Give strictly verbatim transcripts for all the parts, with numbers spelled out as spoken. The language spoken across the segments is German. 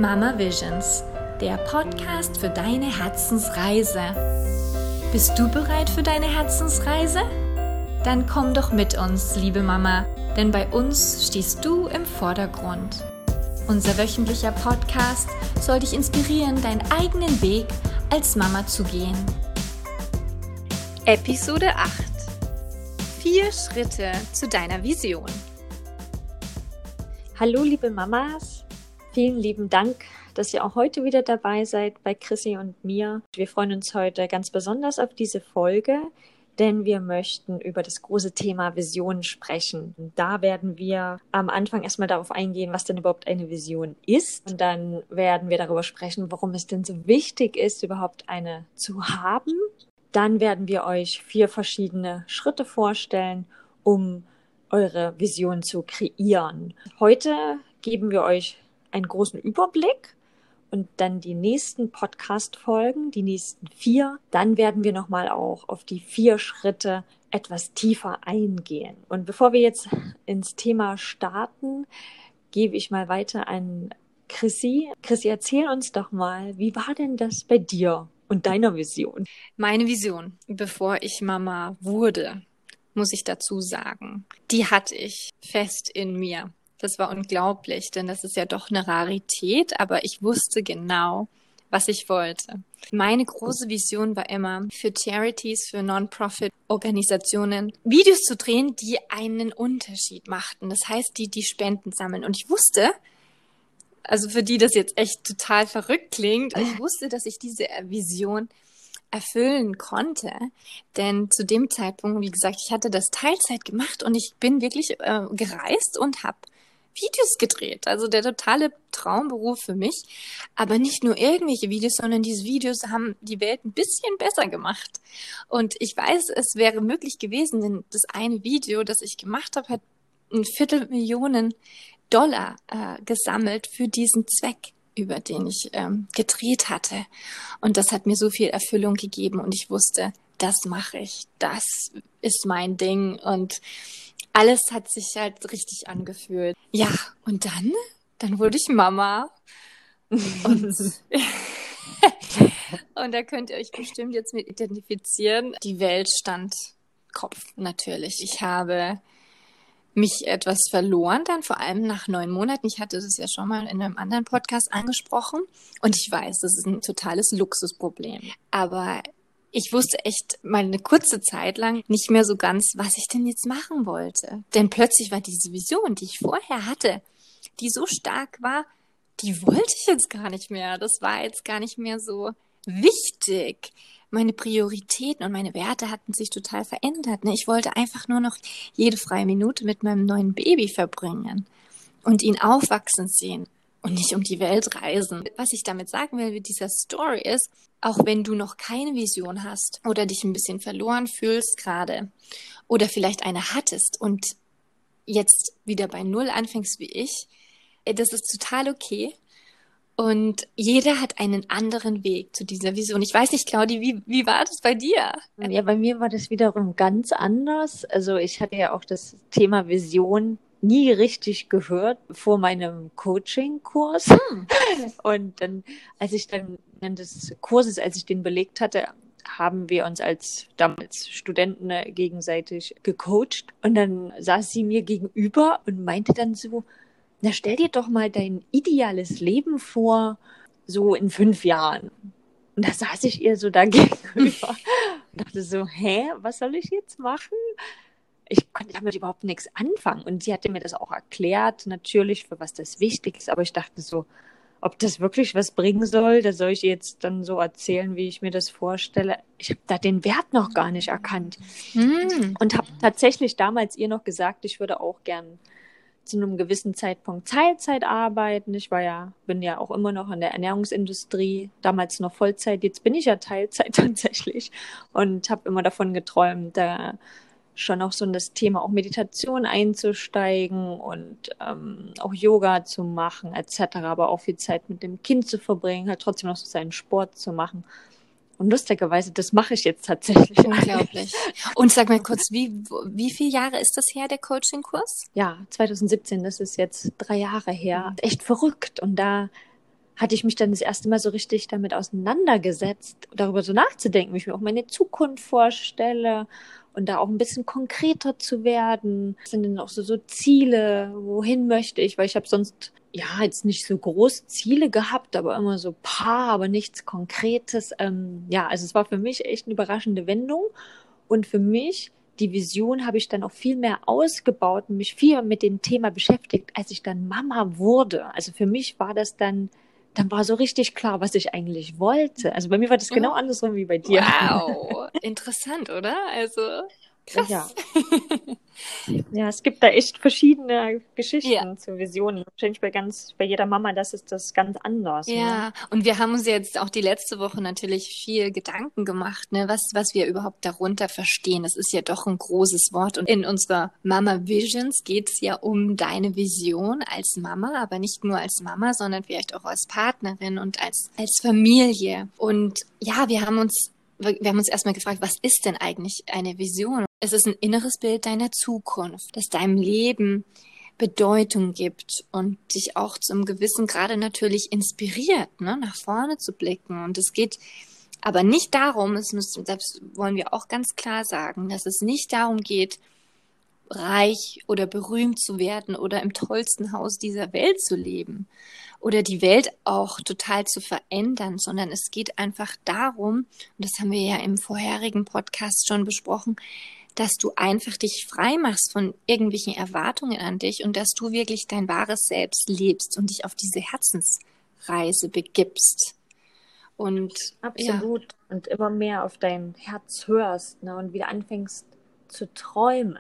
Mama Visions, der Podcast für deine Herzensreise. Bist du bereit für deine Herzensreise? Dann komm doch mit uns, liebe Mama, denn bei uns stehst du im Vordergrund. Unser wöchentlicher Podcast soll dich inspirieren, deinen eigenen Weg als Mama zu gehen. Episode acht. Vier Schritte zu deiner Vision. Hallo liebe Mamas, vielen lieben Dank, dass ihr auch heute wieder dabei seid bei Chrissy und mir. Wir freuen uns heute ganz besonders auf diese Folge, denn wir möchten über das große Thema Vision sprechen. Und da werden wir am Anfang erstmal darauf eingehen, was denn überhaupt eine Vision ist. Und dann werden wir darüber sprechen, warum es denn so wichtig ist, überhaupt eine zu haben. Dann werden wir euch vier verschiedene Schritte vorstellen, um eure Vision zu kreieren. Heute geben wir euch einen großen Überblick und dann die nächsten Podcast-Folgen, die nächsten vier, dann werden wir nochmal auch auf die vier Schritte etwas tiefer eingehen. Und bevor wir jetzt ins Thema starten, gebe ich mal weiter an Chrissy. Chrissy, erzähl uns doch mal, wie war denn das bei dir und deiner Vision? Meine Vision, bevor ich Mama wurde, muss ich dazu sagen, die hatte ich fest in mir. Das war unglaublich, denn das ist ja doch eine Rarität, aber ich wusste genau, was ich wollte. Meine große Vision war immer, für Charities, für Non-Profit-Organisationen Videos zu drehen, die einen Unterschied machten. Das heißt, die die Spenden sammeln. Und ich wusste, also für die das jetzt echt total verrückt klingt, ich wusste, dass ich diese Vision erfüllen konnte, denn zu dem Zeitpunkt, wie gesagt, ich hatte das Teilzeit gemacht und ich bin wirklich äh, gereist und habe Videos gedreht, also der totale Traumberuf für mich, aber nicht nur irgendwelche Videos, sondern diese Videos haben die Welt ein bisschen besser gemacht und ich weiß, es wäre möglich gewesen, denn das eine Video, das ich gemacht habe, hat ein Viertelmillionen Dollar äh, gesammelt für diesen Zweck, über den ich ähm, gedreht hatte. Und das hat mir so viel Erfüllung gegeben und ich wusste, das mache ich, das ist mein Ding und alles hat sich halt richtig angefühlt. Ja, und dann, dann wurde ich Mama und, und da könnt ihr euch bestimmt jetzt mit identifizieren. Die Welt stand Kopf, natürlich. Ich habe mich etwas verloren, dann vor allem nach neun Monaten. Ich hatte das ja schon mal in einem anderen Podcast angesprochen und ich weiß, das ist ein totales Luxusproblem. Aber ich wusste echt mal eine kurze Zeit lang nicht mehr so ganz, was ich denn jetzt machen wollte. Denn plötzlich war diese Vision, die ich vorher hatte, die so stark war, die wollte ich jetzt gar nicht mehr. Das war jetzt gar nicht mehr so wichtig. Meine Prioritäten und meine Werte hatten sich total verändert. Ich wollte einfach nur noch jede freie Minute mit meinem neuen Baby verbringen und ihn aufwachsen sehen und nicht um die Welt reisen. Was ich damit sagen will mit dieser Story ist, auch wenn du noch keine Vision hast oder dich ein bisschen verloren fühlst gerade oder vielleicht eine hattest und jetzt wieder bei Null anfängst wie ich, das ist total okay. Und jeder hat einen anderen Weg zu dieser Vision. Ich weiß nicht, Claudi, wie, wie war das bei dir? Ja, bei mir war das wiederum ganz anders. Also ich hatte ja auch das Thema Vision nie richtig gehört vor meinem Coaching-Kurs. Hm. Und dann, als ich dann während des Kurses, als ich den belegt hatte, haben wir uns als damals Studenten gegenseitig gecoacht. Und dann saß sie mir gegenüber und meinte dann so, na, stell dir doch mal dein ideales Leben vor, so in fünf Jahren. Und da saß ich ihr so da gegenüber und dachte so, hä, was soll ich jetzt machen? Ich konnte damit überhaupt nichts anfangen. Und sie hatte mir das auch erklärt, natürlich, für was das wichtig ist. Aber ich dachte so, ob das wirklich was bringen soll, da soll ich jetzt dann so erzählen, wie ich mir das vorstelle. Ich habe da den Wert noch gar nicht erkannt. Hm. Und habe tatsächlich damals ihr noch gesagt, ich würde auch gern zu einem gewissen Zeitpunkt Teilzeit arbeiten. Ich war ja, bin ja auch immer noch in der Ernährungsindustrie, damals noch Vollzeit, jetzt bin ich ja Teilzeit tatsächlich und habe immer davon geträumt, da schon auch so in das Thema auch Meditation einzusteigen und ähm, auch Yoga zu machen et cetera, aber auch viel Zeit mit dem Kind zu verbringen, halt trotzdem noch so seinen Sport zu machen. Und lustigerweise, das mache ich jetzt tatsächlich. Unglaublich. Und sag mal kurz, wie, wie viele Jahre ist das her, der Coaching-Kurs? Ja, zwanzig siebzehn, das ist jetzt drei Jahre her. Echt verrückt. Und da hatte ich mich dann das erste Mal so richtig damit auseinandergesetzt, darüber so nachzudenken, wie ich mir auch meine Zukunft vorstelle und da auch ein bisschen konkreter zu werden. Was sind denn auch so, so Ziele? Wohin möchte ich? Weil ich habe sonst ja jetzt nicht so große Ziele gehabt, aber immer so paar, aber nichts Konkretes. Ähm, ja, also es war für mich echt eine überraschende Wendung. Und für mich, die Vision habe ich dann auch viel mehr ausgebaut und mich viel mit dem Thema beschäftigt, als ich dann Mama wurde. Also für mich war das dann, dann war so richtig klar, was ich eigentlich wollte. Also bei mir war das genau andersrum wie bei dir. Wow, interessant, oder? Also Ja. krass. Ja, es gibt da echt verschiedene Ja. Geschichten zu Visionen. Wahrscheinlich bei ganz, bei jeder Mama, das ist das ganz anders, ne? Ja, und wir haben uns jetzt auch die letzte Woche natürlich viel Gedanken gemacht, ne, was, was wir überhaupt darunter verstehen. Das ist ja doch ein großes Wort. Und in unserer Mama Visions geht es ja um deine Vision als Mama, aber nicht nur als Mama, sondern vielleicht auch als Partnerin und als, als Familie. Und ja, wir haben uns, wir haben uns erstmal gefragt, was ist denn eigentlich eine Vision? Es ist ein inneres Bild deiner Zukunft, das deinem Leben Bedeutung gibt und dich auch zum gewissen Grade natürlich inspiriert, ne, nach vorne zu blicken. Und es geht aber nicht darum, es müssen, das wollen wir auch ganz klar sagen, dass es nicht darum geht, reich oder berühmt zu werden oder im tollsten Haus dieser Welt zu leben oder die Welt auch total zu verändern, sondern es geht einfach darum, und das haben wir ja im vorherigen Podcast schon besprochen, dass du einfach dich frei machst von irgendwelchen Erwartungen an dich und dass du wirklich dein wahres Selbst lebst und dich auf diese Herzensreise begibst. Und Absolut. ja, Und immer mehr auf dein Herz hörst, ne? Und wieder anfängst zu träumen.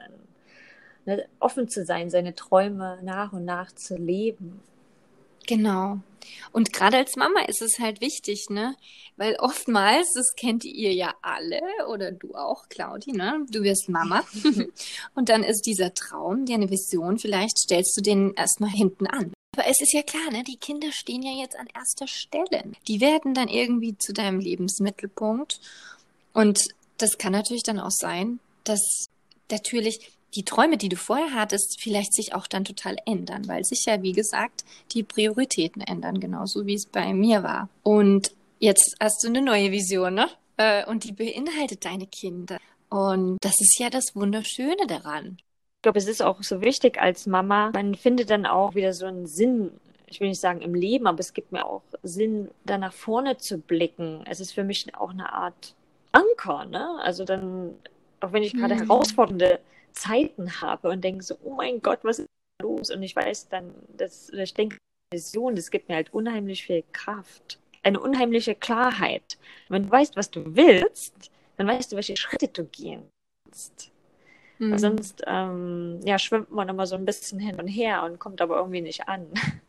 Ne? Offen zu sein, seine Träume nach und nach zu leben. genau. Und gerade als Mama ist es halt wichtig, ne? Weil oftmals, das kennt ihr ja alle, oder du auch, Claudi, ne? Du wirst Mama. Und dann ist dieser Traum, dir eine Vision, vielleicht stellst du den erstmal hinten an. Aber es ist ja klar, ne? Die Kinder stehen ja jetzt an erster Stelle. Die werden dann irgendwie zu deinem Lebensmittelpunkt. Und das kann natürlich dann auch sein, dass natürlich die Träume, die du vorher hattest, vielleicht sich auch dann total ändern, weil sich ja, wie gesagt, die Prioritäten ändern, genauso wie es bei mir war. Und jetzt hast du eine neue Vision, ne? Äh, Und die beinhaltet deine Kinder. Und das ist ja das Wunderschöne daran. Ich glaube, es ist auch so wichtig als Mama. Man findet dann auch wieder so einen Sinn, ich will nicht sagen im Leben, aber es gibt mir auch Sinn, da nach vorne zu blicken. Es ist für mich auch eine Art Anker, ne? Also dann, auch wenn ich gerade Hm. herausfordernde Zeiten habe und denke so, oh mein Gott, was ist da los? Und ich weiß dann, dass, oder ich denke, Vision, das gibt mir halt unheimlich viel Kraft. Eine unheimliche Klarheit. Wenn du weißt, was du willst, dann weißt du, welche Schritte du gehen kannst. Hm. Sonst ähm, ja, schwimmt man immer so ein bisschen hin und her und kommt aber irgendwie nicht an.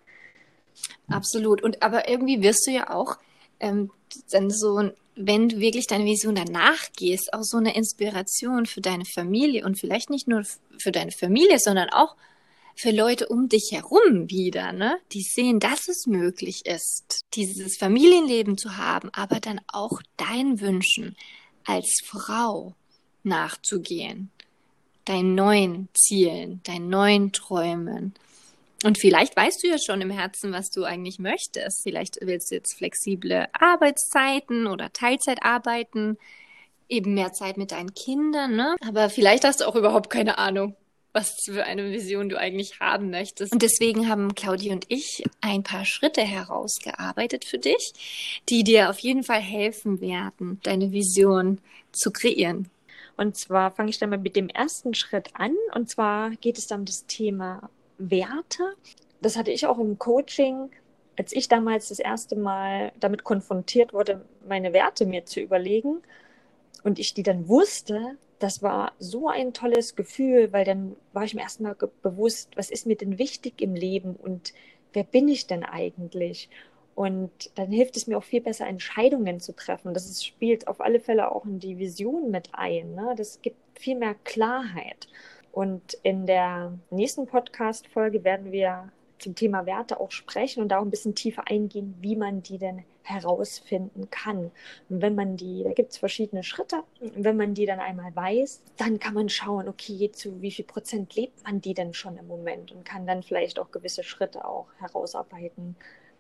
Absolut. Und aber irgendwie wirst du ja auch ähm, dann so, wenn du wirklich deine Vision danach gehst, auch so eine Inspiration für deine Familie und vielleicht nicht nur f- für deine Familie, sondern auch für Leute um dich herum wieder, ne? Die sehen, dass es möglich ist, dieses Familienleben zu haben, aber dann auch deinen Wünschen als Frau nachzugehen, deinen neuen Zielen, deinen neuen Träumen. Und vielleicht weißt du ja schon im Herzen, was du eigentlich möchtest. Vielleicht willst du jetzt flexible Arbeitszeiten oder Teilzeit arbeiten, eben mehr Zeit mit deinen Kindern, ne? Aber vielleicht hast du auch überhaupt keine Ahnung, was für eine Vision du eigentlich haben möchtest. Und deswegen haben Claudia und ich ein paar Schritte herausgearbeitet für dich, die dir auf jeden Fall helfen werden, deine Vision zu kreieren. Und zwar fange ich dann mal mit dem ersten Schritt an. Und zwar geht es dann um das Thema Werte. Das hatte ich auch im Coaching, als ich damals das erste Mal damit konfrontiert wurde, meine Werte mir zu überlegen und ich die dann wusste. Das war so ein tolles Gefühl, weil dann war ich mir erstmal ge- bewusst, was ist mir denn wichtig im Leben und wer bin ich denn eigentlich? Und dann hilft es mir auch viel besser, Entscheidungen zu treffen. Das ist, spielt auf alle Fälle auch in die Vision mit ein. Ne? Das gibt viel mehr Klarheit. Und in der nächsten Podcast-Folge werden wir zum Thema Werte auch sprechen und da auch ein bisschen tiefer eingehen, wie man die denn herausfinden kann. Und wenn man die, da gibt es verschiedene Schritte, und wenn man die dann einmal weiß, dann kann man schauen, okay, zu wie viel Prozent lebt man die denn schon im Moment und kann dann vielleicht auch gewisse Schritte auch herausarbeiten,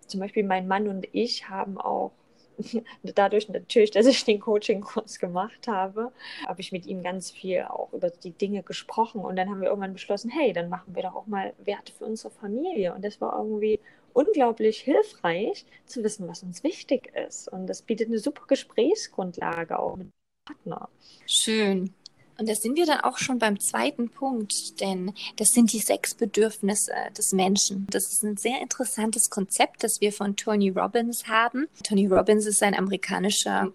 zum Beispiel mein Mann und ich haben auch dadurch natürlich, dass ich den Coaching-Kurs gemacht habe, habe ich mit ihm ganz viel auch über die Dinge gesprochen und dann haben wir irgendwann beschlossen, hey, dann machen wir doch auch mal Werte für unsere Familie und das war irgendwie unglaublich hilfreich zu wissen, was uns wichtig ist und das bietet eine super Gesprächsgrundlage auch mit dem Partner. Schön. Und da sind wir dann auch schon beim zweiten Punkt, denn das sind die sechs Bedürfnisse des Menschen. Das ist ein sehr interessantes Konzept, das wir von Tony Robbins haben. Tony Robbins ist ein amerikanischer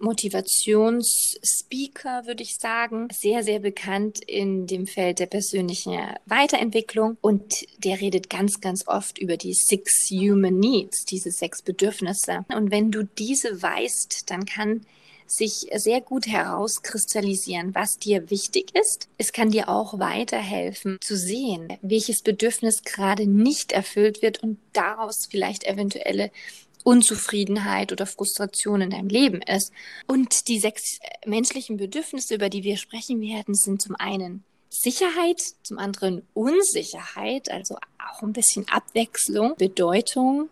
Motivationsspeaker, würde ich sagen. Sehr, sehr bekannt in dem Feld der persönlichen Weiterentwicklung. Und der redet ganz, ganz oft über die Six Human Needs, diese sechs Bedürfnisse. Und wenn du diese weißt, dann kann sich sehr gut herauskristallisieren, was dir wichtig ist. Es kann dir auch weiterhelfen zu sehen, welches Bedürfnis gerade nicht erfüllt wird und daraus vielleicht eventuelle Unzufriedenheit oder Frustration in deinem Leben ist. Und die sechs menschlichen Bedürfnisse, über die wir sprechen werden, sind zum einen Sicherheit, zum anderen Unsicherheit, also auch ein bisschen Abwechslung, Bedeutung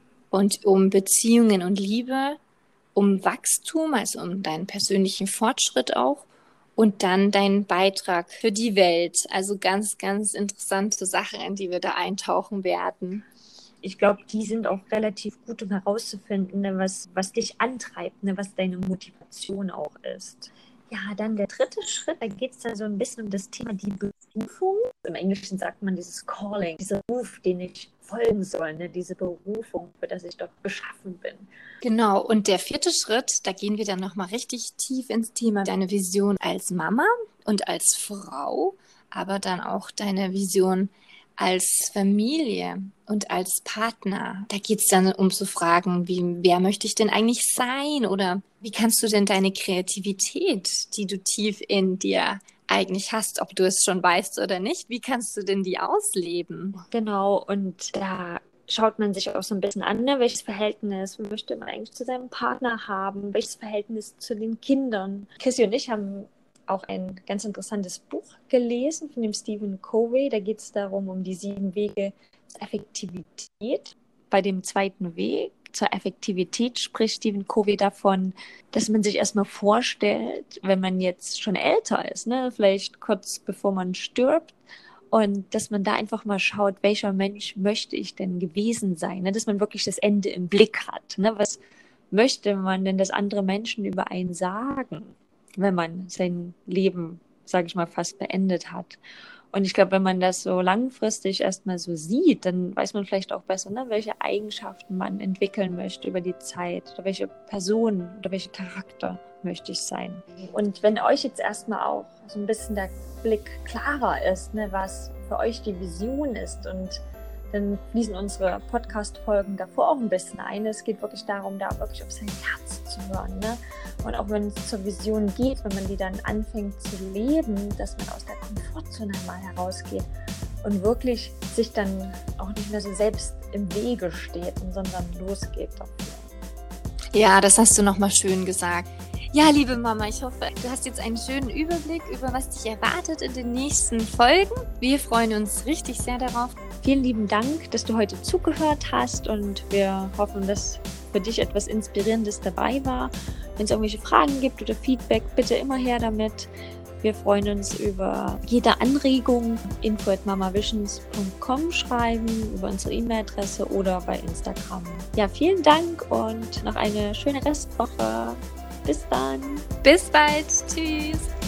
und um Beziehungen und Liebe, um Wachstum, also um deinen persönlichen Fortschritt auch und dann deinen Beitrag für die Welt. Also ganz, ganz interessante Sachen, in die wir da eintauchen werden. Ich glaube, die sind auch relativ gut, um herauszufinden, ne, was, was dich antreibt, ne, was deine Motivation auch ist. Ja, dann der dritte Schritt, da geht es dann so ein bisschen um das Thema die Berufung. Im Englischen sagt man dieses Calling, dieser Ruf, den ich folgen soll, ne? Diese Berufung, für das ich dort geschaffen bin. Genau, und der vierte Schritt, da gehen wir dann nochmal richtig tief ins Thema deine Vision als Mama und als Frau, aber dann auch deine Vision als Familie und als Partner. Da geht es dann um zu fragen, wie, wer möchte ich denn eigentlich sein oder wie kannst du denn deine Kreativität, die du tief in dir eigentlich hast, ob du es schon weißt oder nicht, wie kannst du denn die ausleben? Genau, und da schaut man sich auch so ein bisschen an, ne, welches Verhältnis möchte man eigentlich zu seinem Partner haben, welches Verhältnis zu den Kindern. Chrissy und ich haben auch ein ganz interessantes Buch gelesen von dem Stephen Covey. Da geht es darum, um die sieben Wege zur Effektivität. Bei dem zweiten Weg zur Effektivität spricht Stephen Covey davon, dass man sich erstmal vorstellt, wenn man jetzt schon älter ist, ne, vielleicht kurz bevor man stirbt, und dass man da einfach mal schaut, welcher Mensch möchte ich denn gewesen sein, ne, dass man wirklich das Ende im Blick hat. Ne, was möchte man denn, dass andere Menschen über einen sagen, wenn man sein Leben, sage ich mal, fast beendet hat. Und ich glaube, wenn man das so langfristig erstmal so sieht, dann weiß man vielleicht auch besser, ne, welche Eigenschaften man entwickeln möchte über die Zeit oder welche Person oder welche Charakter möchte ich sein. Und wenn euch jetzt erstmal auch so ein bisschen der Blick klarer ist, ne, was für euch die Vision ist, und dann fließen unsere Podcast-Folgen davor auch ein bisschen ein. Es geht wirklich darum, da wirklich auf sein Herz zu hören. Ne? Und auch wenn es zur Vision geht, wenn man die dann anfängt zu leben, dass man aus der Komfortzone mal herausgeht und wirklich sich dann auch nicht mehr so selbst im Wege steht, sondern losgeht dafür. Ja, das hast du nochmal schön gesagt. Ja, liebe Mama, ich hoffe, du hast jetzt einen schönen Überblick über was dich erwartet in den nächsten Folgen. Wir freuen uns richtig sehr darauf. Vielen lieben Dank, dass du heute zugehört hast, und wir hoffen, dass für dich etwas Inspirierendes dabei war. Wenn es irgendwelche Fragen gibt oder Feedback, bitte immer her damit. Wir freuen uns über jede Anregung. info at mamavisions punkt com schreiben, über unsere E-Mail-Adresse oder bei Instagram. Ja, vielen Dank und noch eine schöne Restwoche. Bis dann. Bis bald. Tschüss.